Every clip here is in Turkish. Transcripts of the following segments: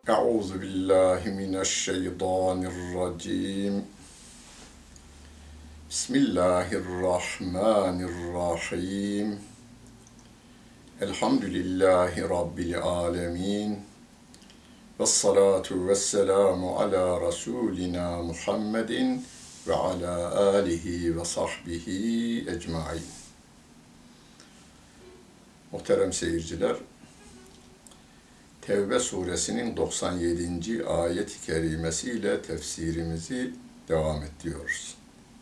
Euzu billahi mineşşeytanirracim. Bismillahirrahmanirrahim. Elhamdülillahi Rabbil alemin. Vessalatu vesselamu ala Resulina Muhammedin ve ala alihi ve sahbihi ecmain. Muhterem seyirciler, Tevbe suresinin 97. ayet-i kerimesiyle tefsirimizi devam ediyoruz.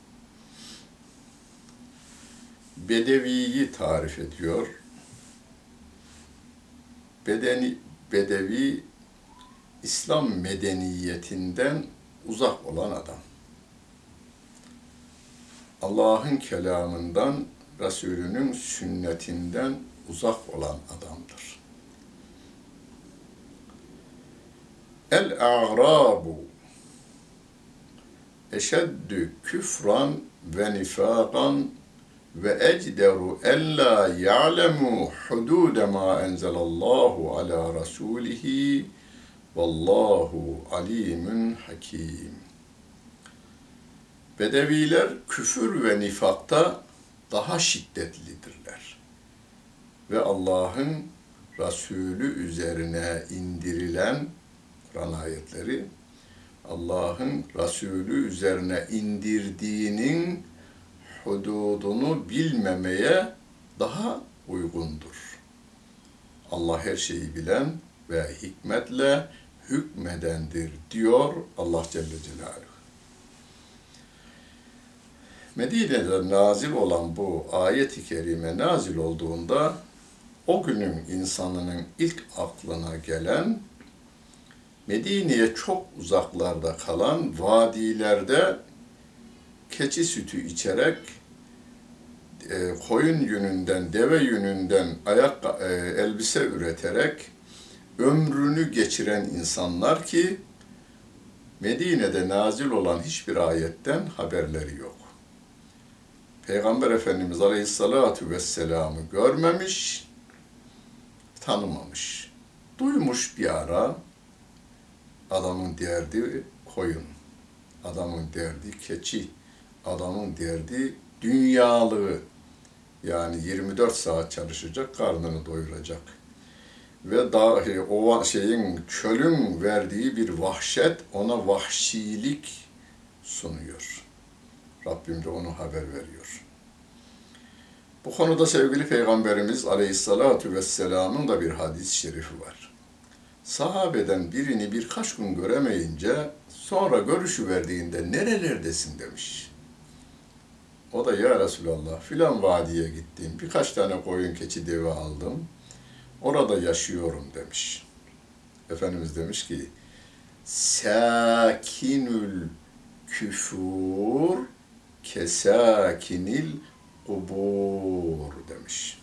Bedevi'yi tarif ediyor. Bedevi, İslam medeniyetinden uzak olan adam. Allah'ın kelamından, Resulünün sünnetinden uzak olan adamdır. El-a'rabu eşeddü küfran ve nifakan ve ecderu ella ya'lemu hudude ma enzelallahu ala rasulihi vallahu alimun hakim. Bedeviler küfür ve nifakta daha şiddetlidirler. Ve Allah'ın Resulü üzerine indirilen Kur'an ayetleri, Allah'ın Resulü üzerine indirdiğinin hududunu bilmemeye daha uygundur. Allah her şeyi bilen ve hikmetle hükmedendir diyor Allah Celle Celaluhu. Medine'de nazil olan bu ayet-i kerime nazil olduğunda o günün insanının ilk aklına gelen, Medine'ye çok uzaklarda kalan vadilerde keçi sütü içerek, koyun yününden, deve yününden elbise üreterek ömrünü geçiren insanlar ki Medine'de nazil olan hiçbir ayetten haberleri yok. Peygamber Efendimiz Aleyhisselatü Vesselam'ı görmemiş, tanımamış. Duymuş bir ara, adamın derdi koyun, adamın derdi keçi, adamın derdi dünyalığı. Yani 24 saat çalışacak, karnını doyuracak. Ve dahi o çölün verdiği bir vahşet ona vahşilik sunuyor. Rabbim de onu haber veriyor. Bu konuda sevgili Peygamberimiz Aleyhisselatü Vesselam'ın da bir hadis-i şerifi var. Sahabeden birini birkaç gün göremeyince sonra görüşüverdiğinde nerelerdesin demiş. O da ya Resulallah filan vadiye gittim, birkaç tane koyun keçi deve aldım, orada yaşıyorum demiş. Efendimiz demiş ki sakinül küfur kesakinil kubur demiş.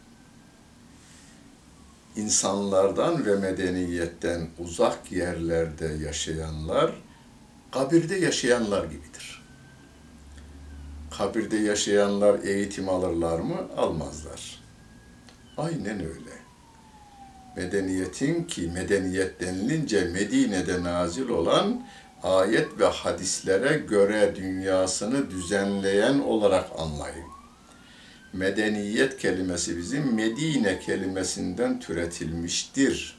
İnsanlardan ve medeniyetten uzak yerlerde yaşayanlar, kabirde yaşayanlar gibidir. Kabirde yaşayanlar eğitim alırlar mı? Almazlar. Aynen öyle. Medeniyetin ki medeniyet denilince Medine'de nazil olan ayet ve hadislere göre dünyasını düzenleyen olarak anlayın. Medeniyet kelimesi bizim Medine kelimesinden türetilmiştir.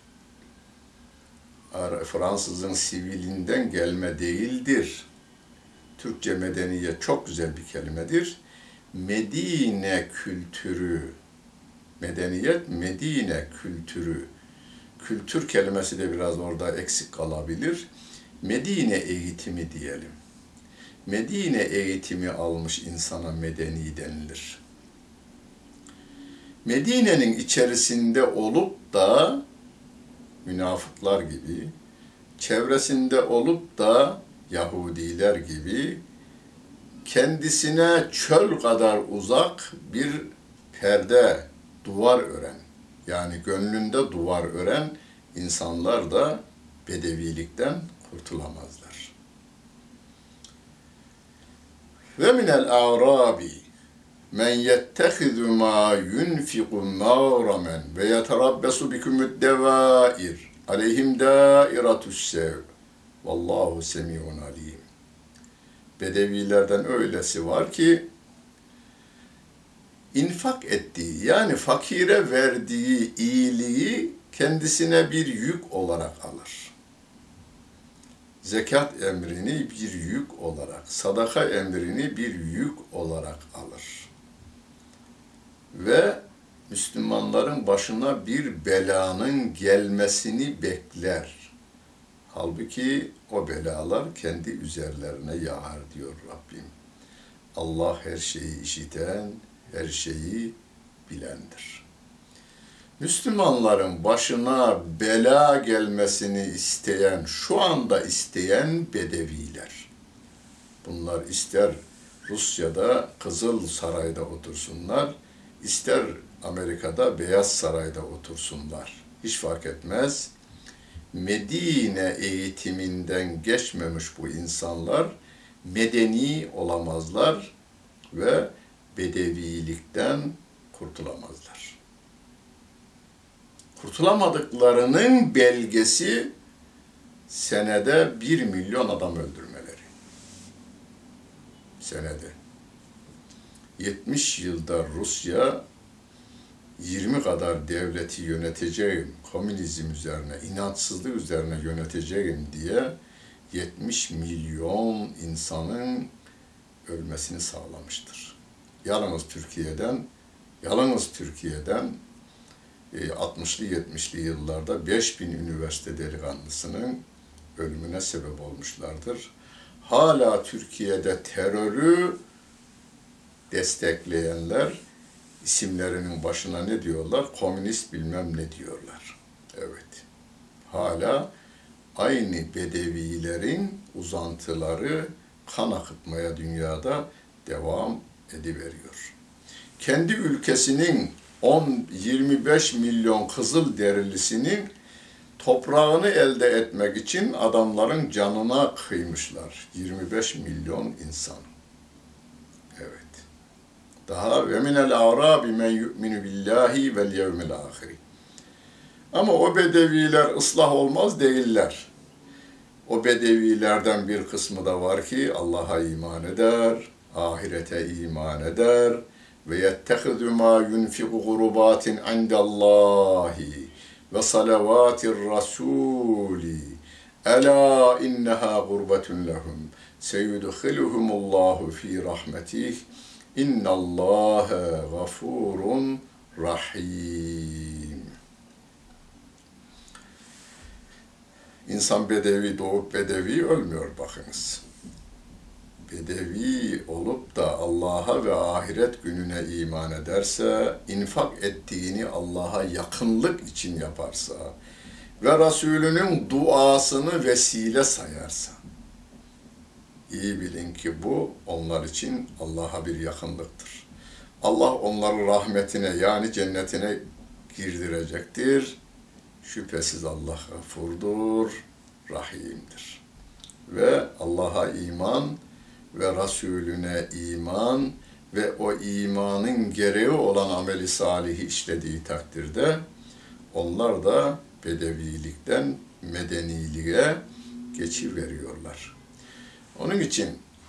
Fransızın sivilinden gelme değildir. Türkçe medeniyet çok güzel bir kelimedir. Medine kültürü, medeniyet Medine kültürü. Kültür kelimesi de biraz orada eksik kalabilir. Medine eğitimi diyelim. Medine eğitimi almış insana medeni denilir. Medine'nin içerisinde olup da münafıklar gibi, çevresinde olup da Yahudiler gibi kendisine çöl kadar uzak bir perde, duvar ören, yani gönlünde duvar ören insanlar da bedevilikten kurtulamazlar. Ve minel a'rabi men yettehizu ma yunfiqu mağramen ve yeterabbesu bikumüd devair aleyhim dâiratü's sev. Vallahu semî'un alîm. Bedevilerden öylesi var ki, infak ettiği, yani fakire verdiği iyiliği kendisine bir yük olarak alır. Zekat emrini bir yük olarak, sadaka emrini bir yük olarak alır. Ve Müslümanların başına bir belanın gelmesini bekler. Halbuki o belalar kendi üzerlerine yağar diyor Rabbim. Allah her şeyi işiten, her şeyi bilendir. Müslümanların başına bela gelmesini isteyen, şu anda isteyen bedeviler. Bunlar ister Rusya'da Kızıl Saray'da otursunlar, ister Amerika'da Beyaz Saray'da otursunlar. Hiç fark etmez. Medine eğitiminden geçmemiş bu insanlar medeni olamazlar ve bedevilikten kurtulamazlar. Kurtulamadıklarının belgesi senede 1 milyon adam öldürmeleri. Senede. 70 yılda Rusya 20 kadar devleti yöneteceğim, komünizm üzerine, inançsızlık üzerine yöneteceğim diye 70 milyon insanın ölmesini sağlamıştır. Yalnız Türkiye'den 60'lı 70'li yıllarda 5000 üniversite delikanlısının ölümüne sebep olmuşlardır. Hala Türkiye'de terörü destekleyenler isimlerinin başına ne diyorlar? Komünist bilmem ne diyorlar. Evet. Hala aynı bedevilerin uzantıları kan akıtmaya dünyada devam ediveriyor. Kendi ülkesinin 10-25 milyon kızıl derilisinin toprağını elde etmek için adamların canına kıymışlar. 25 milyon insan. Evet. Daha ve minel a'rabi men yu'minu billahi vel yevmil ahir. Ama o bedeviler ıslah olmaz değiller. O bedevilerden bir kısmı da var ki Allah'a iman eder, ahirete iman eder ve yettehizu ma yunfiku gurubatin indallahi ve salavatir rasuli ela inneha gurbetun lehum seyudkhiluhumullahu fi rahmetih innallâhe gafurun rahim. İnsan bedevi doğup bedevi ölmüyor bakınız. Bedevi olup da Allah'a ve ahiret gününe iman ederse, infak ettiğini Allah'a yakınlık için yaparsa ve Resulünün duasını vesile sayarsa, iyi bilin ki bu onlar için Allah'a bir yakınlıktır. Allah onları rahmetine yani cennetine girdirecektir. Şüphesiz Allah gafurdur, rahimdir. Ve Allah'a iman ve Resulüne iman ve o imanın gereği olan ameli salihi işlediği takdirde onlar da bedevilikten medeniliğe geçiveriyorlar. Onun için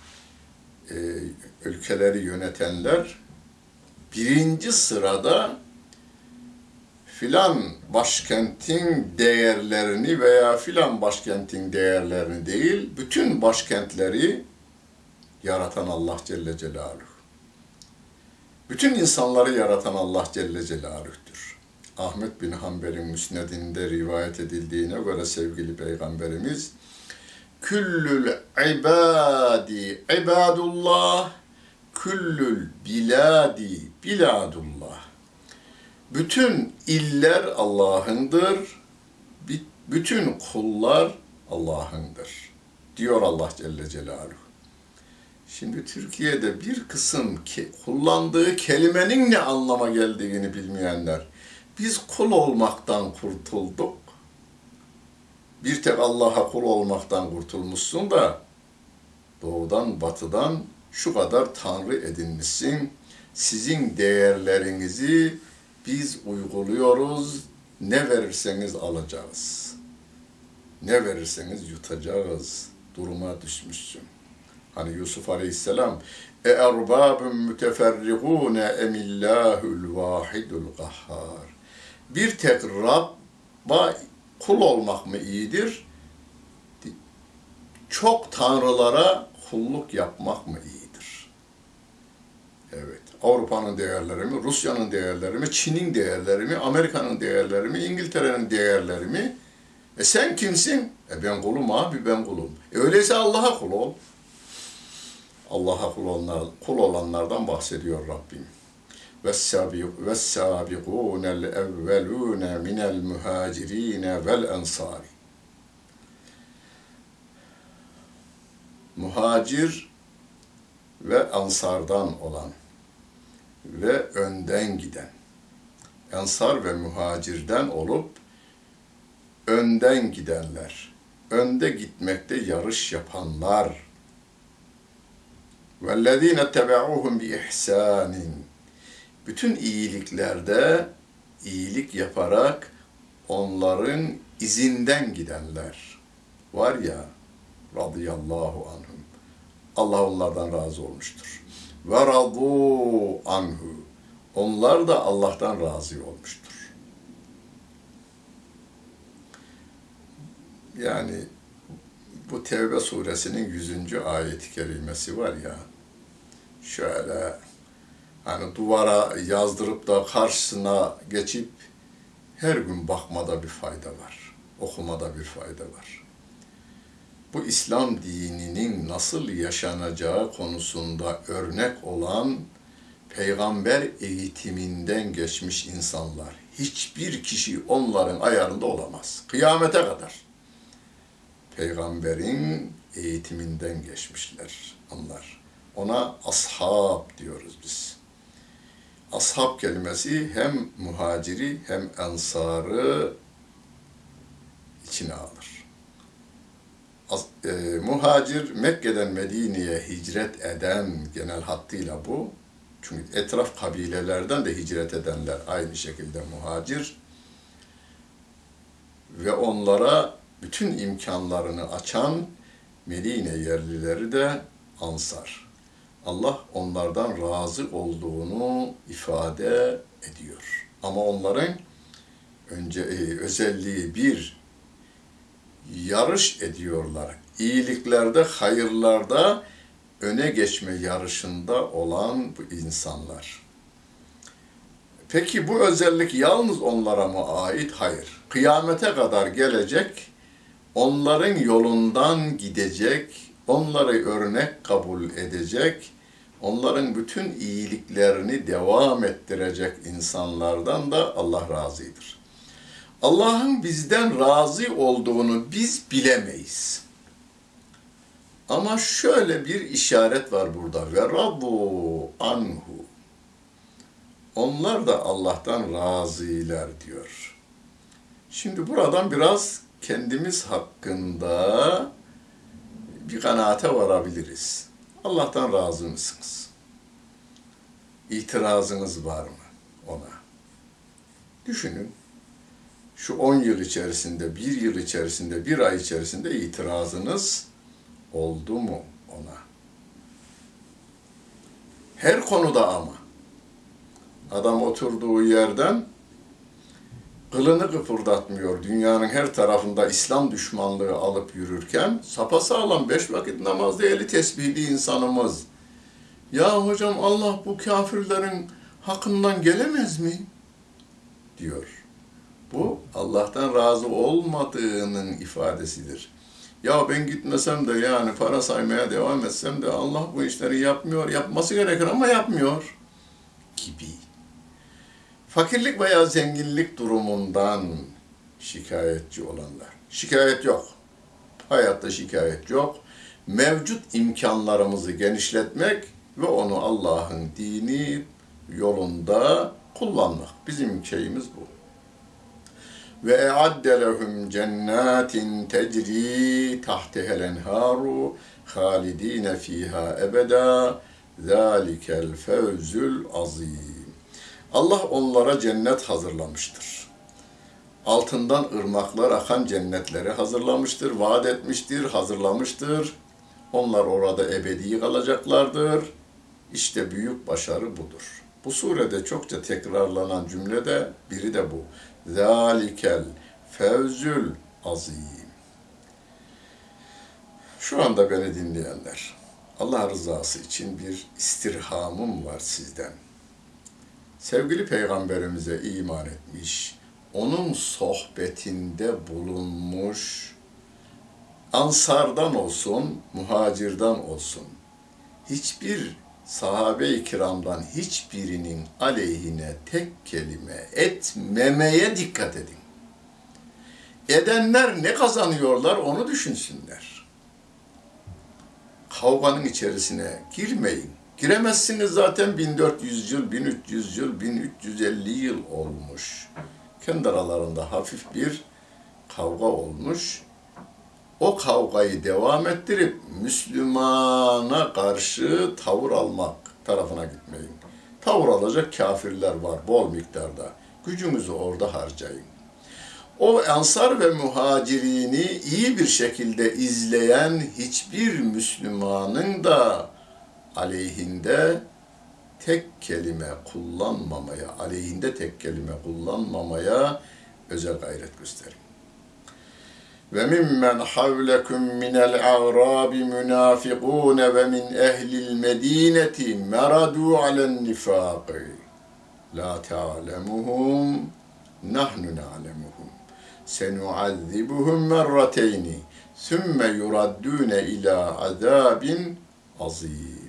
ülkeleri yönetenler birinci sırada filan başkentin değerlerini veya filan başkentin değerlerini değil, bütün başkentleri yaratan Allah Celle Celaluhu. Bütün insanları yaratan Allah Celle Celaluhu'dur. Ahmet bin Hanbel'in müsnedinde rivayet edildiğine göre sevgili Peygamberimiz, küllül ibadi ibadullah, küllül biladi biladullah. Bütün iller Allah'ındır, bütün kullar Allah'ındır, diyor Allah Celle Celaluhu. Şimdi Türkiye'de bir kısım kullandığı kelimenin ne anlama geldiğini bilmeyenler, biz kul olmaktan kurtulduk. Bir tek Allah'a kul olmaktan kurtulmuşsun da, doğudan batıdan şu kadar tanrı edinmişsin, sizin değerlerinizi biz uyguluyoruz, ne verirseniz alacağız. Ne verirseniz yutacağız duruma düşmüşsün. Hani Yusuf Aleyhisselam erbabun müteferrigûne emillâhul vâhidul gahhâr. Bir tek Rabb'a kul olmak mı iyidir? Çok tanrılara kulluk yapmak mı iyidir? Evet. Avrupa'nın değerleri mi, Rusya'nın değerleri mi, Çin'in değerleri mi, Amerika'nın değerleri mi, İngiltere'nin değerleri mi? Sen kimsin? Ben kulum abi, ben kulum. Öyleyse Allah'a kul ol. Allah'a kul olanlardan bahsediyor Rabbim. وَالسَّابِقُونَ الْاَوَّلُونَ مِنَ الْمُهَاجِرِينَ وَالْاَنْصَارِ. Muhacir ve ansardan olan ve önden giden, ensar ve muhacirden olup önden gidenler, önde gitmekte yarış yapanlar, وَالَّذ۪ينَ اتَّبَعُوهُمْ بِإِحْسَانٍ. Bütün iyiliklerde iyilik yaparak onların izinden gidenler var ya, radıyallahu anhum. Allah onlardan razı olmuştur. Ve radû anhu. Onlar da Allah'tan razı olmuştur. Yani bu Tevbe suresinin 100. ayet-i kerimesi var ya, şöyle hani duvara yazdırıp da karşısına geçip her gün bakmada bir fayda var. Okumada bir fayda var. Bu İslam dininin nasıl yaşanacağı konusunda örnek olan peygamber eğitiminden geçmiş insanlar. Hiçbir kişi onların ayarında olamaz. Kıyamete kadar. Peygamberin eğitiminden geçmişler onlar. Ona ashab diyoruz biz. Ashab kelimesi hem muhaciri hem ensarı içine alır. Muhacir, Mekke'den Medine'ye hicret eden, genel hattıyla bu. Çünkü etraf kabilelerden de hicret edenler aynı şekilde muhacir. Ve onlara bütün imkanlarını açan Medine yerlileri de ansar. Allah onlardan razı olduğunu ifade ediyor. Ama onların önce özelliği bir, yarış ediyorlar. İyiliklerde, hayırlarda öne geçme yarışında olan bu insanlar. Peki bu özellik yalnız onlara mı ait? Hayır. Kıyamete kadar gelecek, onların yolundan gidecek, onları örnek kabul edecek, onların bütün iyiliklerini devam ettirecek insanlardan da Allah razıdır. Allah'ın bizden razı olduğunu biz bilemeyiz. Ama şöyle bir işaret var burada. Ve radu anhu. Onlar da Allah'tan razılar diyor. Şimdi buradan biraz kendimiz hakkında bir kanaate varabiliriz. Allah'tan razı mısınız? İtirazınız var mı ona? Düşünün. Şu 10 yıl içerisinde, 1 yıl içerisinde, 1 ay içerisinde itirazınız oldu mu ona? Her konuda ama. Adam oturduğu yerden kılını kıpırdatmıyor. Dünyanın her tarafında İslam düşmanlığı alıp yürürken sapasağlam 5 vakit namazda eli tesbihli insanımız. Ya hocam Allah bu kafirlerin hakkından gelemez mi? Diyor. Bu Allah'tan razı olmadığının ifadesidir. Ya ben gitmesem de yani para saymaya devam etsem de Allah bu işleri yapmıyor, yapması gerekir ama yapmıyor gibi. Fakirlik veya zenginlik durumundan şikayetçi olanlar. Şikayet yok. Hayatta şikayet yok. Mevcut imkanlarımızı genişletmek ve onu Allah'ın dini yolunda kullanmak. Bizim şeyimiz bu. Ve e'adde lehum cennetin tecri tahtehel enharu halidine fiha ebeda zalikel fevzül azim. Allah onlara cennet hazırlamıştır. altından ırmaklar akan cennetleri hazırlamıştır, vaat etmiştir, hazırlamıştır. Onlar orada ebedi kalacaklardır. İşte büyük başarı budur. Bu surede çokça tekrarlanan cümlede biri de bu. Zalikel fevzül azim. Şu anda beni dinleyenler, Allah rızası için bir istirhamım var sizden. Sevgili Peygamberimize iman etmiş, onun sohbetinde bulunmuş, Ansardan olsun, muhacirden olsun, hiçbir sahabe-i kiramdan hiçbirinin aleyhine tek kelime etmemeye dikkat edin. Edenler ne kazanıyorlar onu düşünsünler. Kavganın içerisine girmeyin. Giremezsiniz zaten 1400 yıl, 1300 yıl, 1350 yıl olmuş. Kendi aralarında hafif bir kavga olmuş. O kavgayı devam ettirip Müslümana karşı tavır almak tarafına gitmeyin. Tavır alacak kafirler var bol miktarda. Gücünüzü orada harcayın. O Ensar ve Muhacirini iyi bir şekilde izleyen hiçbir Müslümanın da aleyhinde tek kelime kullanmamaya özel gayret gösterin. Ve mimmen havlekum minel a'rabi munafiqun ve min ehlil medineti meradu alen nifaq. La ta'lemuhum nahnu na'lemuhum. Senu'azzibuhum merrateyni sümme yuraddune ila azabin azim.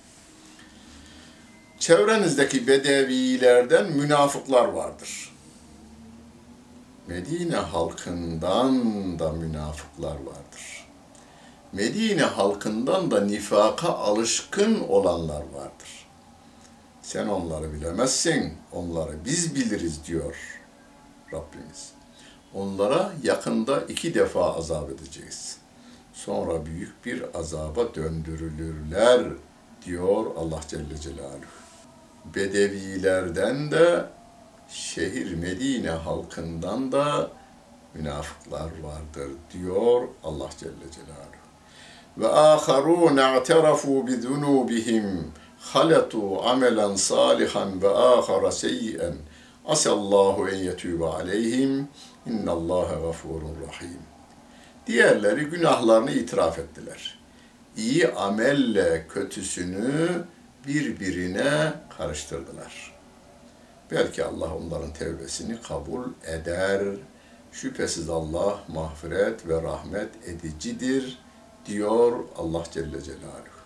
Çevrenizdeki bedevilerden münafıklar vardır. Medine halkından da münafıklar vardır. Medine halkından da nifaka alışkın olanlar vardır. Sen onları bilemezsin, onları biz biliriz diyor Rabbimiz. Onlara yakında 2 defa azap edeceğiz. Sonra büyük bir azaba döndürülürler diyor Allah Celle Celaluhu. Bedevilerden de şehir Medine halkından da münafıklar vardır diyor Allah Celle Celaluhu. Ve âkharûn e'terafû bizunûbihim halatu amelen salihan ve âkhara seyyi'en asallahu en yetûbe aleyhim innallâhe gafurun rahim. Diğerleri günahlarını itiraf ettiler. İyi amelle kötüsünü birbirine karıştırdılar. Belki Allah onların tevbesini kabul eder. Şüphesiz Allah mağfiret ve rahmet edicidir diyor Allah Celle Celaluhu.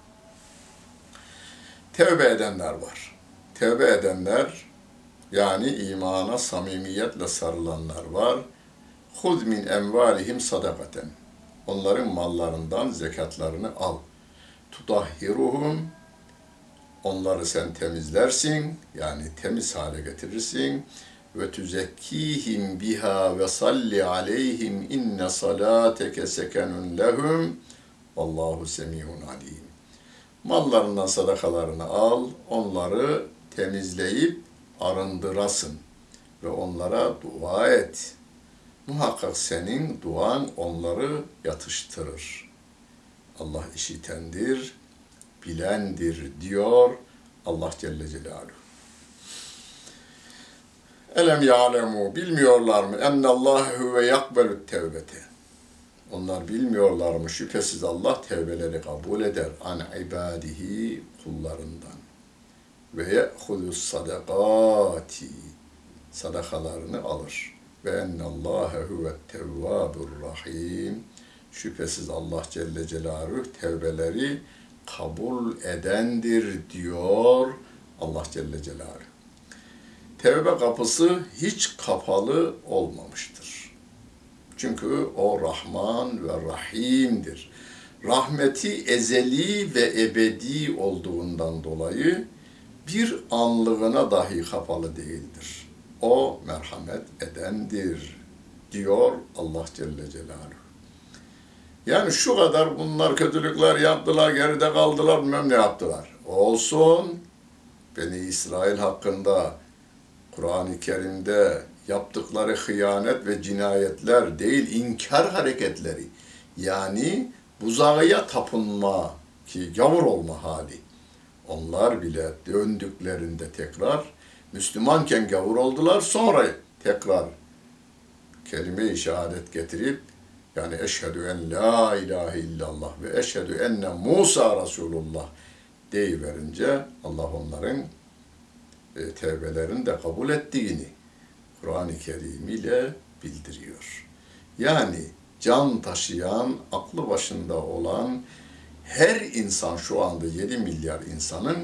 Tevbe edenler var. Tevbe edenler yani imana samimiyetle sarılanlar var. Hud min envalihim sadakaten. Onların mallarından zekatlarını al. Tutahhiruhum. Onları sen temizlersin, yani temiz hale getirirsin. Ve tüzekkihim biha ve salli aleyhim inne salateke sekenun lehum vallahu semiyun alim. Mallarından sadakalarını al, onları temizleyip arındırasın ve onlara dua et. Muhakkak senin duan onları yatıştırır. Allah işitendir, bilendir diyor Allah Celle Celaluhu. Elem ya'lemu, bilmiyorlar mı? Ennallâhe huve yakbelü't tevbete. Onlar bilmiyorlar mı? Şüphesiz Allah tevbeleri kabul eder. An ibadihi, kullarından. Ve ye'hudus sadakati, sadakalarını alır. Ve ennallâhe huvet tevvâbur rahim. Şüphesiz Allah Celle Celaluhu tevbeleri kabul edendir diyor Allah Celle Celaluhu. Tevbe kapısı hiç kapalı olmamıştır. Çünkü o Rahman ve Rahim'dir. Rahmeti ezeli ve ebedi olduğundan dolayı bir anlığına dahi kapalı değildir. O merhamet edendir diyor Allah Celle Celaluhu. Yani şu kadar bunlar kötülükler yaptılar, geride kaldılar, bilmem ne yaptılar. Olsun, Beni İsrail hakkında Kur'an-ı Kerim'de yaptıkları hıyanet ve cinayetler değil, inkar hareketleri. Yani buzağıya tapınma ki gavur olma hali. Onlar bile döndüklerinde tekrar Müslümanken gavur oldular, sonra tekrar kelime-i şehadet getirip yani eşhedü en la ilahe illallah ve eşhedü enne Musa Resulullah deyiverince Allah onların tevbelerini de kabul ettiğini Kur'an-ı Kerim ile bildiriyor. Yani can taşıyan, aklı başında olan her insan şu anda 7 milyar insanın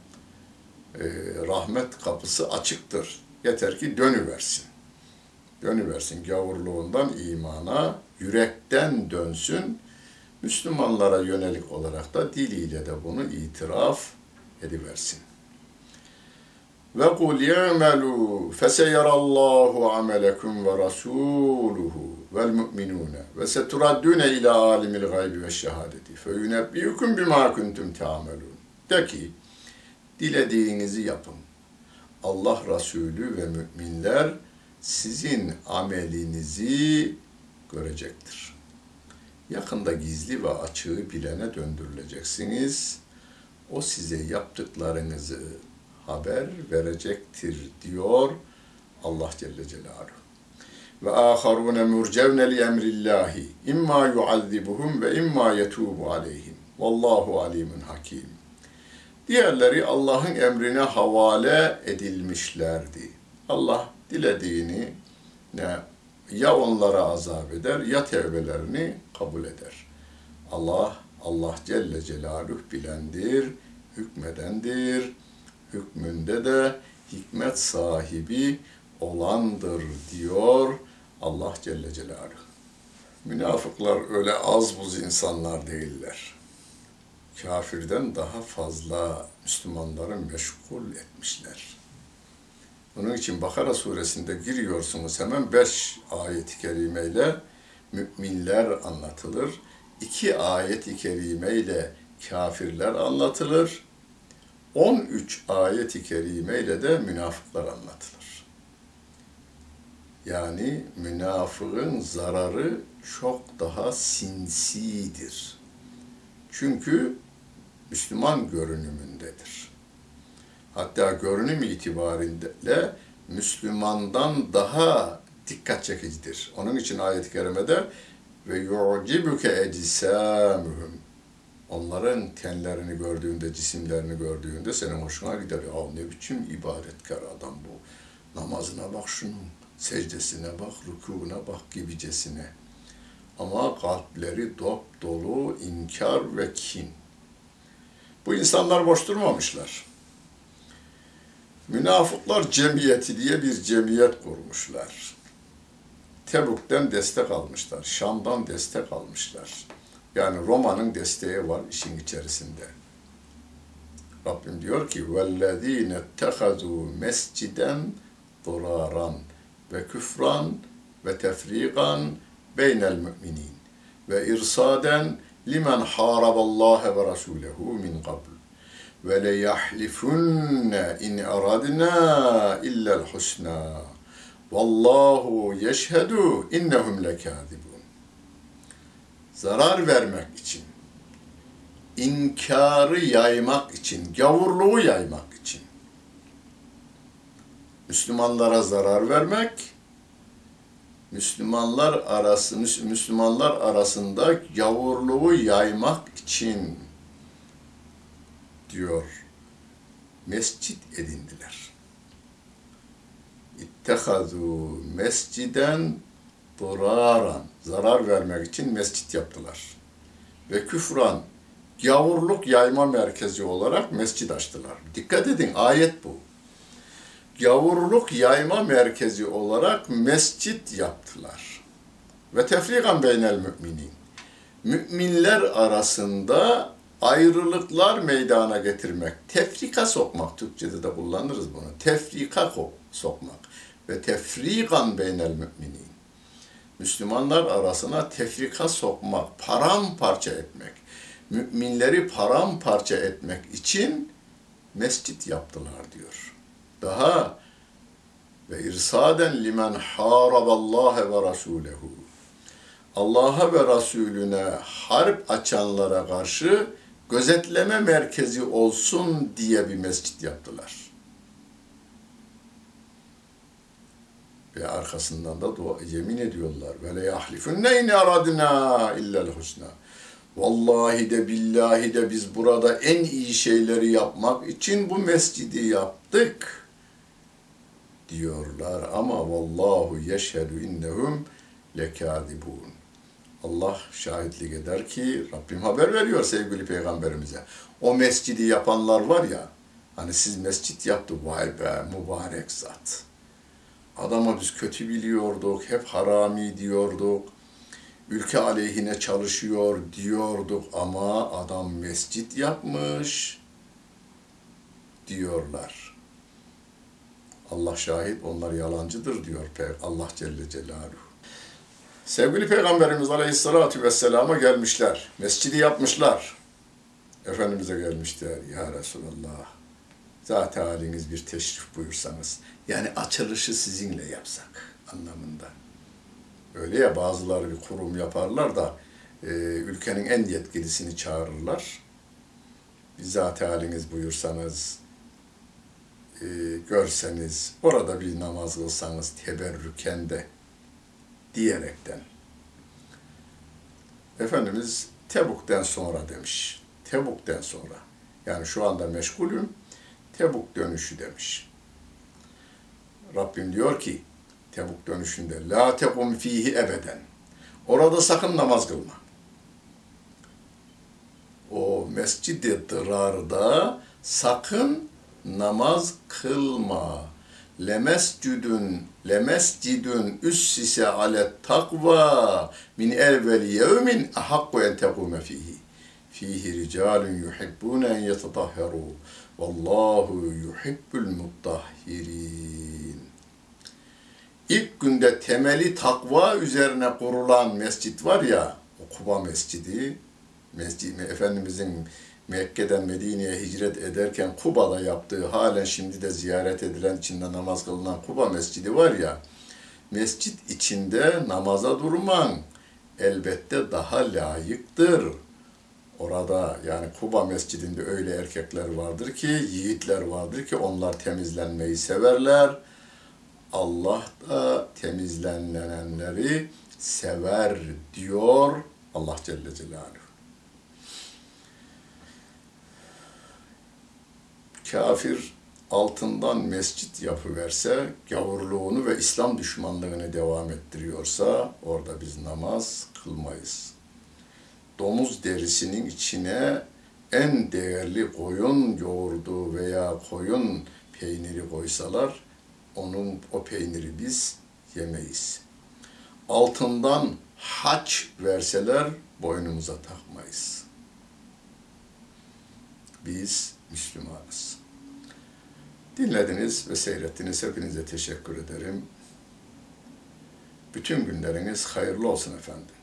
rahmet kapısı açıktır. Yeter ki dönüversin. Dönüversin gavurluğundan imana, yürekten dönsün. Müslümanlara yönelik olarak da diliyle de bunu itiraf ediversin. Ve kul ya'melu feseyarallahu amelekum ve rasuluhu vel mu'minun ve seturaddune ila alimil gaybi ve şehadeti fe yunebbiukum bima kuntum ta'melun. De ki dilediğinizi yapın. Allah Resulü ve müminler sizin amelinizi görecektir. Yakında gizli ve açığı bilene döndürüleceksiniz. O size yaptıklarınızı haber verecektir diyor Allah Celle Celaluhu. Ve âharûne murcevne li emrillâhi imma yuazzibuhum ve imma yetûbu aleyhim. Vallahu alimun hakim. Diğerleri Allah'ın emrine havale edilmişlerdi. Allah dilediğini ya onlara azap eder ya tevbelerini kabul eder. Allah Celle Celaluhu bilendir, hükmedendir. Hükmünde de hikmet sahibi olandır diyor Allah Celle Celaluhu. Münafıklar öyle az buz insanlar değiller. Kafirden daha fazla Müslümanları meşgul etmişler. Onun için Bakara suresinde giriyorsunuz hemen 5 ayet-i kerimeyle müminler anlatılır. 2 ayet-i kerimeyle kafirler anlatılır. 13 ayet-i kerimeyle de münafıklar anlatılır. Yani münafığın zararı çok daha sinsidir. Çünkü Müslüman görünümündedir. Hatta görünüm itibariyle Müslümandan daha dikkat çekicidir. Onun için ayet-i kerimede ve yu'cibuke ecsamuhum. Onların tenlerini gördüğünde, cisimlerini gördüğünde senin hoşuna gider. Ya ne biçim ibadetkar adam bu. Namazına bak şunun, secdesine bak, rükûna bak gibicesine. Ama kalpleri dop dolu inkar ve kin. Bu insanlar boş durmamışlar. Münafıklar cemiyeti diye bir cemiyet kurmuşlar. Tebük'ten destek almışlar, Şam'dan destek almışlar. Yani Roma'nın desteği var işin içerisinde. Rabbim diyor ki وَالَّذ۪ينَ اتَّخَذُوا مَسْجِدًا ضُرَارًا وَكُفْرًا وَتَفْرِيقًا بَيْنَ الْمُؤْمِنِينَ وَاِرْصَادًا لِمَنْ حَارَبَ اللّٰهَ وَرَسُولَهُ مِنْ قَبْلِ وَلَيَحْلِفُنَّ اِنْ اَرَادْنَا اِلَّا الْحُسْنَى وَاللّٰهُ يَشْهَدُ اِنَّهُمْ لَكَاذِبُونَ. Zarar vermek için, inkarı yaymak için, gavurluğu yaymak için, Müslümanlara zarar vermek, Müslümanlar arasında gavurluğu yaymak için diyor, mescit edindiler. İttehazû mesciden duraran, zarar vermek için mescit yaptılar. Ve küfran, gavurluk yayma merkezi olarak mescit açtılar. Dikkat edin, ayet bu. Gavurluk yayma merkezi olarak mescit yaptılar. Ve tefrikan beynel müminin. Müminler arasında ayrılıklar meydana getirmek, tefrika sokmak, Türkçe'de de kullanırız bunu. Tefrika sokmak ve tefrikan beynel müminin. Müslümanlar arasına tefrika sokmak, paramparça etmek, müminleri paramparça etmek için mescit yaptılar diyor. Daha ve irsaden limen haraballaha ve rasulehu. Allah'a ve Resulüne harp açanlara karşı gözetleme merkezi olsun diye bir mescit yaptılar. Ve arkasından da yemin ediyorlar. Ve le yahlifunne in aradna illa'l husna. Vallahi de billahi de biz burada en iyi şeyleri yapmak için bu mescidi yaptık diyorlar. Ama vallahu yeşhedü innehum lekâdibûn. Allah şahitlik eder ki Rabbim haber veriyor sevgili peygamberimize. O mescidi yapanlar var ya, hani siz mescit yaptı, vay be mübarek zat. Adama biz kötü biliyorduk, hep harami diyorduk, ülke aleyhine çalışıyor diyorduk ama adam mescit yapmış diyorlar. Allah şahit, onlar yalancıdır diyor Allah Celle Celaluhu. Sevgili Peygamberimiz Aleyhisselatü Vesselam'a gelmişler, mescidi yapmışlar. Efendimiz'e gelmişler, ya Resulallah, zat-ı haliniz bir teşrif buyursanız, yani açılışı sizinle yapsak anlamında. Öyle ya, bazıları bir kurum yaparlar da ülkenin en yetkilisini çağırırlar. Zat-ı haliniz buyursanız, görseniz, orada bir namaz kılsanız teberrüken de diyerekten. Efendimiz Tebuk'ten sonra demiş. Tebuk'ten sonra. Yani şu anda meşgulüm. Tebuk dönüşü demiş. Rabbim diyor ki Tebuk dönüşünde la tekum fihi ebeden. Orada sakın namaz kılma. O mescid-i dırarda sakın namaz kılma. Lemescidun üssise alet takva min evveli yevmin ahakku en tekume fihi. Fihi ricalun yuhibbune en yetetahheru. Vallahu yuhibbul muttahhirin. İlk günde temeli takva üzerine kurulan mescit var ya, o Kuba Mescidi, Efendimizin Mekke'den Medine'ye hicret ederken Kuba'da yaptığı, halen şimdi de ziyaret edilen, içinde namaz kılınan Kuba Mescidi var ya, mescit içinde namaza durman elbette daha layıktır. Orada yani Kuba Mescidinde öyle erkekler vardır ki, yiğitler vardır ki onlar temizlenmeyi severler. Allah da temizlenenleri sever diyor Allah Celle Celaluhu. Kafir altından mescit yapıverse, gavurluğunu ve İslam düşmanlığını devam ettiriyorsa orada biz namaz kılmayız. Domuz derisinin içine en değerli koyun yoğurdu veya koyun peyniri koysalar, o peyniri biz yemeyiz. Altından haç verseler boynumuza takmayız. Biz Müslümanız. Dinlediniz ve seyrettiniz. Hepinize teşekkür ederim. Bütün günleriniz hayırlı olsun efendim.